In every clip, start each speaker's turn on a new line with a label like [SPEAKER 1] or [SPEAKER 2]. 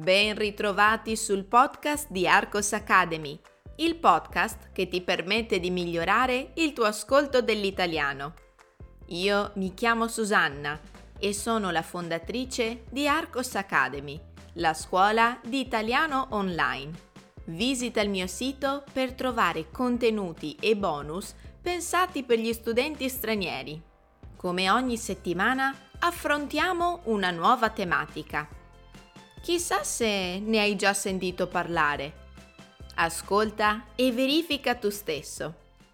[SPEAKER 1] Ben ritrovati sul podcast di Arcos Academy, il podcast che ti permette di migliorare il tuo ascolto dell'italiano. Io mi chiamo Susanna e sono la fondatrice di Arcos Academy, la scuola di italiano online. Visita il mio sito per trovare contenuti e bonus pensati per gli studenti stranieri. Come ogni settimana affrontiamo una nuova tematica. Chissà se ne hai già sentito parlare. Ascolta e verifica tu stesso.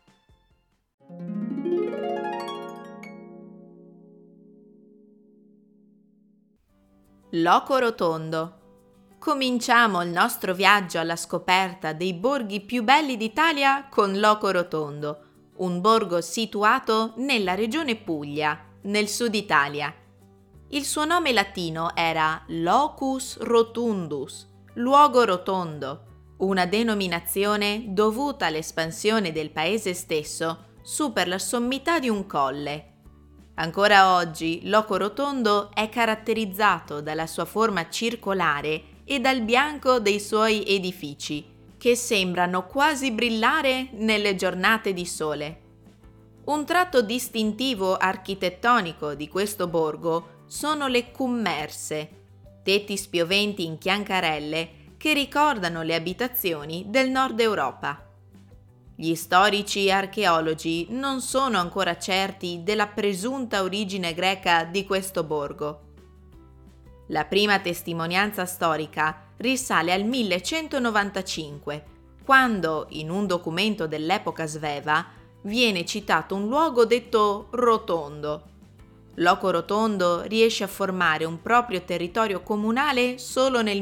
[SPEAKER 1] Loco Rotondo. Cominciamo il nostro viaggio alla scoperta dei borghi più belli d'Italia con Loco Rotondo, un borgo situato nella regione Puglia, nel sud Italia. Il suo nome latino era Locus Rotundus, luogo rotondo, una denominazione dovuta all'espansione del paese stesso su per la sommità di un colle. Ancora oggi Loco Rotondo è caratterizzato dalla sua forma circolare e dal bianco dei suoi edifici, che sembrano quasi brillare nelle giornate di sole. Un tratto distintivo architettonico di questo borgo sono le cummerse, tetti spioventi in chiancarelle che ricordano le abitazioni del nord Europa. Gli storici e archeologi non sono ancora certi della presunta origine greca di questo borgo. La prima testimonianza storica risale al 1195, quando, in un documento dell'epoca sveva, viene citato un luogo detto Rotondo. Loco Rotondo riesce a formare un proprio territorio comunale solo nel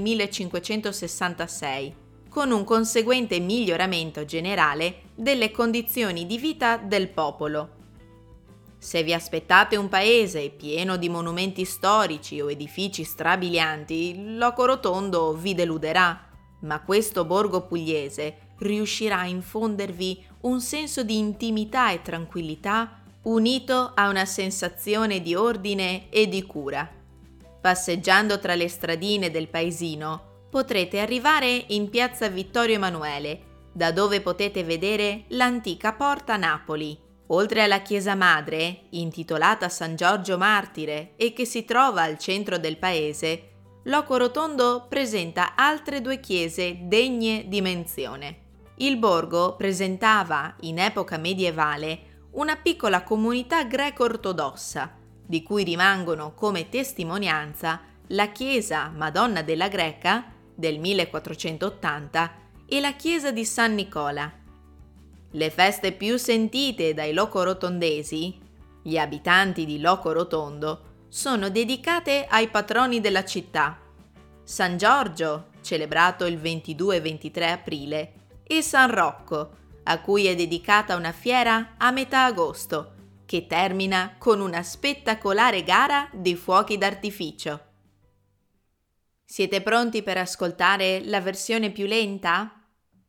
[SPEAKER 1] 1566, con un conseguente miglioramento generale delle condizioni di vita del popolo. Se vi aspettate un paese pieno di monumenti storici o edifici strabilianti, Loco Rotondo vi deluderà, ma questo borgo pugliese riuscirà a infondervi un senso di intimità e tranquillità unito a una sensazione di ordine e di cura. Passeggiando tra le stradine del paesino potrete arrivare in piazza Vittorio Emanuele, da dove potete vedere l'antica Porta Napoli. Oltre alla chiesa madre, intitolata San Giorgio Martire e che si trova al centro del paese, Loco Rotondo presenta altre due chiese degne di menzione. Il borgo presentava, in epoca medievale, una piccola comunità greco-ortodossa, di cui rimangono come testimonianza la chiesa Madonna della Greca del 1480 e la chiesa di San Nicola. Le feste più sentite dai loco-rotondesi, gli abitanti di Loco Rotondo, sono dedicate ai patroni della città: San Giorgio, celebrato il 22 e 23 aprile, e San Rocco, a cui è dedicata una fiera a metà agosto, che termina con una spettacolare gara di fuochi d'artificio. Siete pronti per ascoltare la versione più lenta?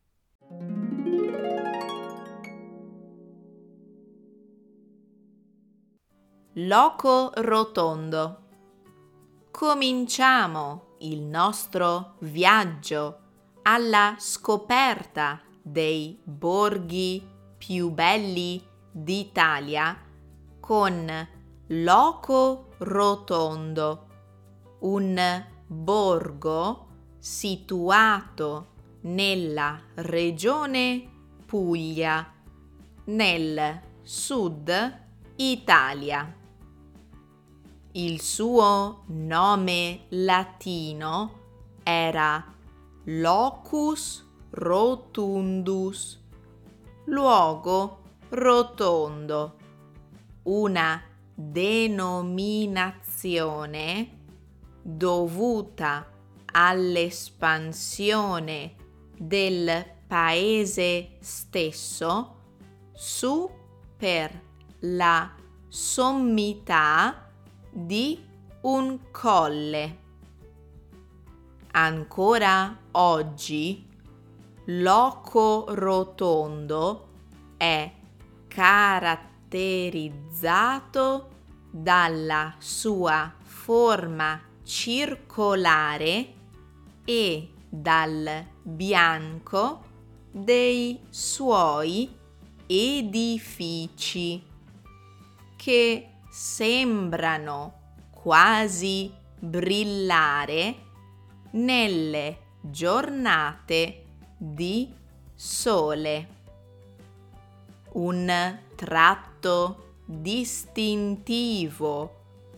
[SPEAKER 1] Loco Rotondo. Cominciamo il nostro viaggio alla scoperta dei borghi più belli d'Italia con Loco Rotondo, un borgo situato nella regione Puglia, nel sud Italia. Il suo nome latino era Locus Rotundus, luogo rotondo, una denominazione dovuta all'espansione del paese stesso su per la sommità di un colle. Ancora oggi Loco Rotondo è caratterizzato dalla sua forma circolare e dal bianco dei suoi edifici che sembrano quasi brillare nelle giornate di sole. Un tratto distintivo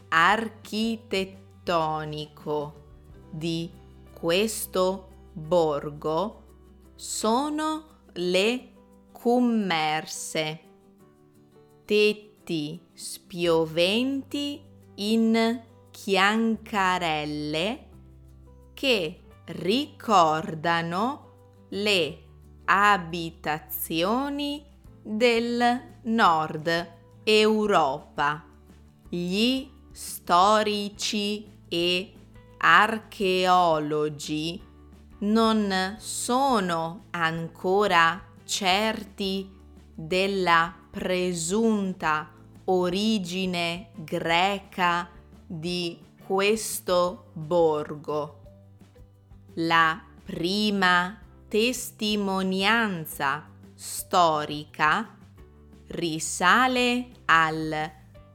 [SPEAKER 1] architettonico di questo borgo sono le cummerse, tetti spioventi in chiancarelle che ricordano le abitazioni del nord Europa. Gli storici e archeologi non sono ancora certi della presunta origine greca di questo borgo. La prima testimonianza storica risale al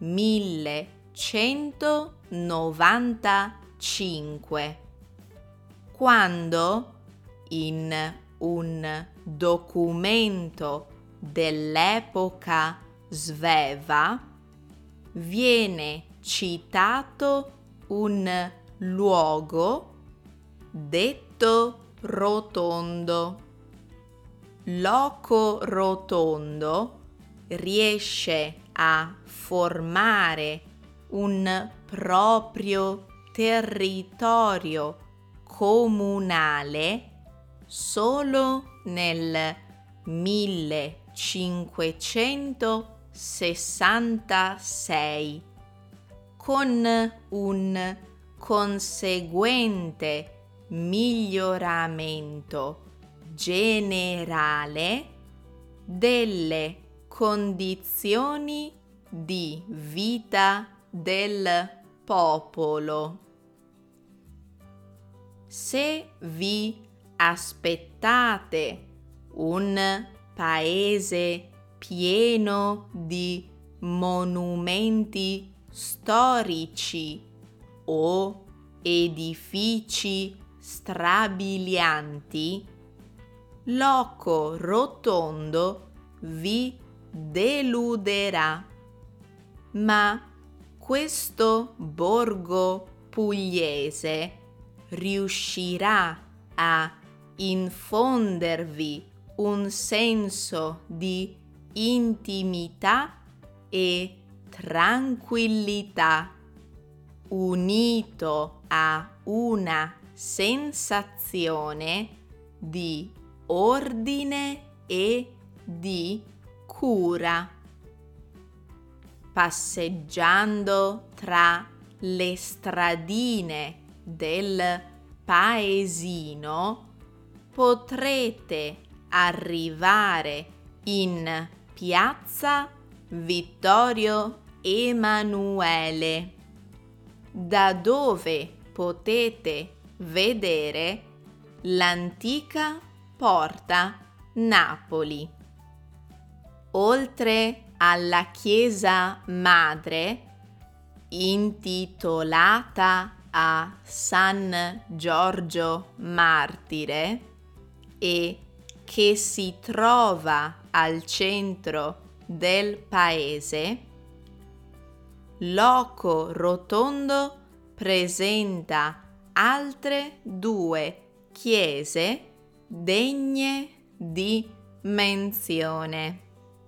[SPEAKER 1] 1195, quando in un documento dell'epoca sveva viene citato un luogo detto Rotondo. Loco Rotondo riesce a formare un proprio territorio comunale solo nel 1566, con un conseguente miglioramento generale delle condizioni di vita del popolo. Se vi aspettate un paese pieno di monumenti storici o edifici strabilianti, Loco Rotondo vi deluderà. Ma questo borgo pugliese riuscirà a infondervi un senso di intimità e tranquillità, unito a una sensazione di ordine e di cura. Passeggiando tra le stradine del paesino potrete arrivare in piazza Vittorio Emanuele, da dove potete vedere l'antica Porta Napoli. Oltre alla chiesa madre, intitolata a San Giorgio Martire e che si trova al centro del paese, Loco Rotondo presenta altre due chiese degne di menzione.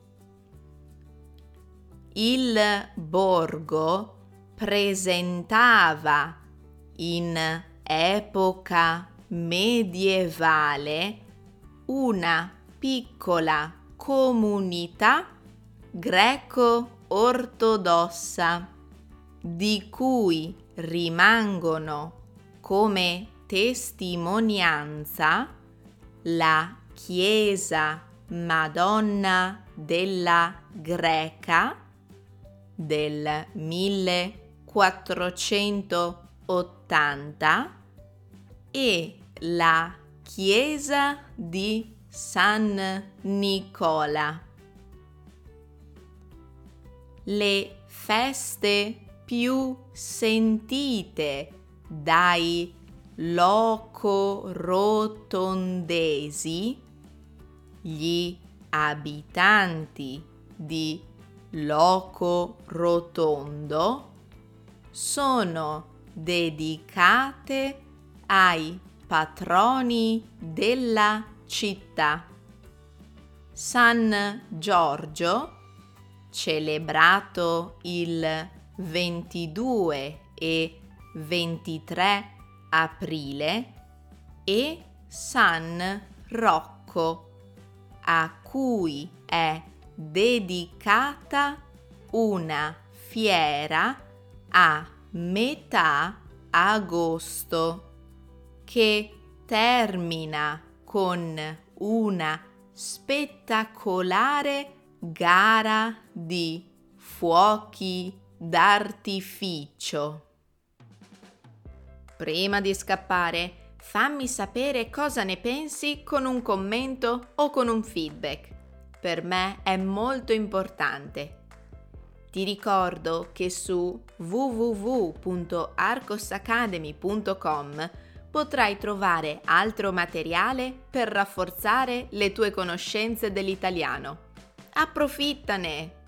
[SPEAKER 1] Il borgo presentava in epoca medievale una piccola comunità greco-ortodossa, di cui rimangono come testimonianza la chiesa Madonna della Greca del 1480 e La chiesa di San Nicola. Le feste più sentite dai locorotondesi, gli abitanti di Locorotondo, sono dedicate ai patroni della città. San Giorgio, celebrato il 22 e 23 aprile, e San Rocco, a cui è dedicata una fiera a metà agosto, che termina con una spettacolare gara di fuochi d'artificio. Prima di scappare, fammi sapere cosa ne pensi con un commento o con un feedback. Per me è molto importante. Ti ricordo che su www.arcosacademy.com potrai trovare altro materiale per rafforzare le tue conoscenze dell'italiano. Approfittane!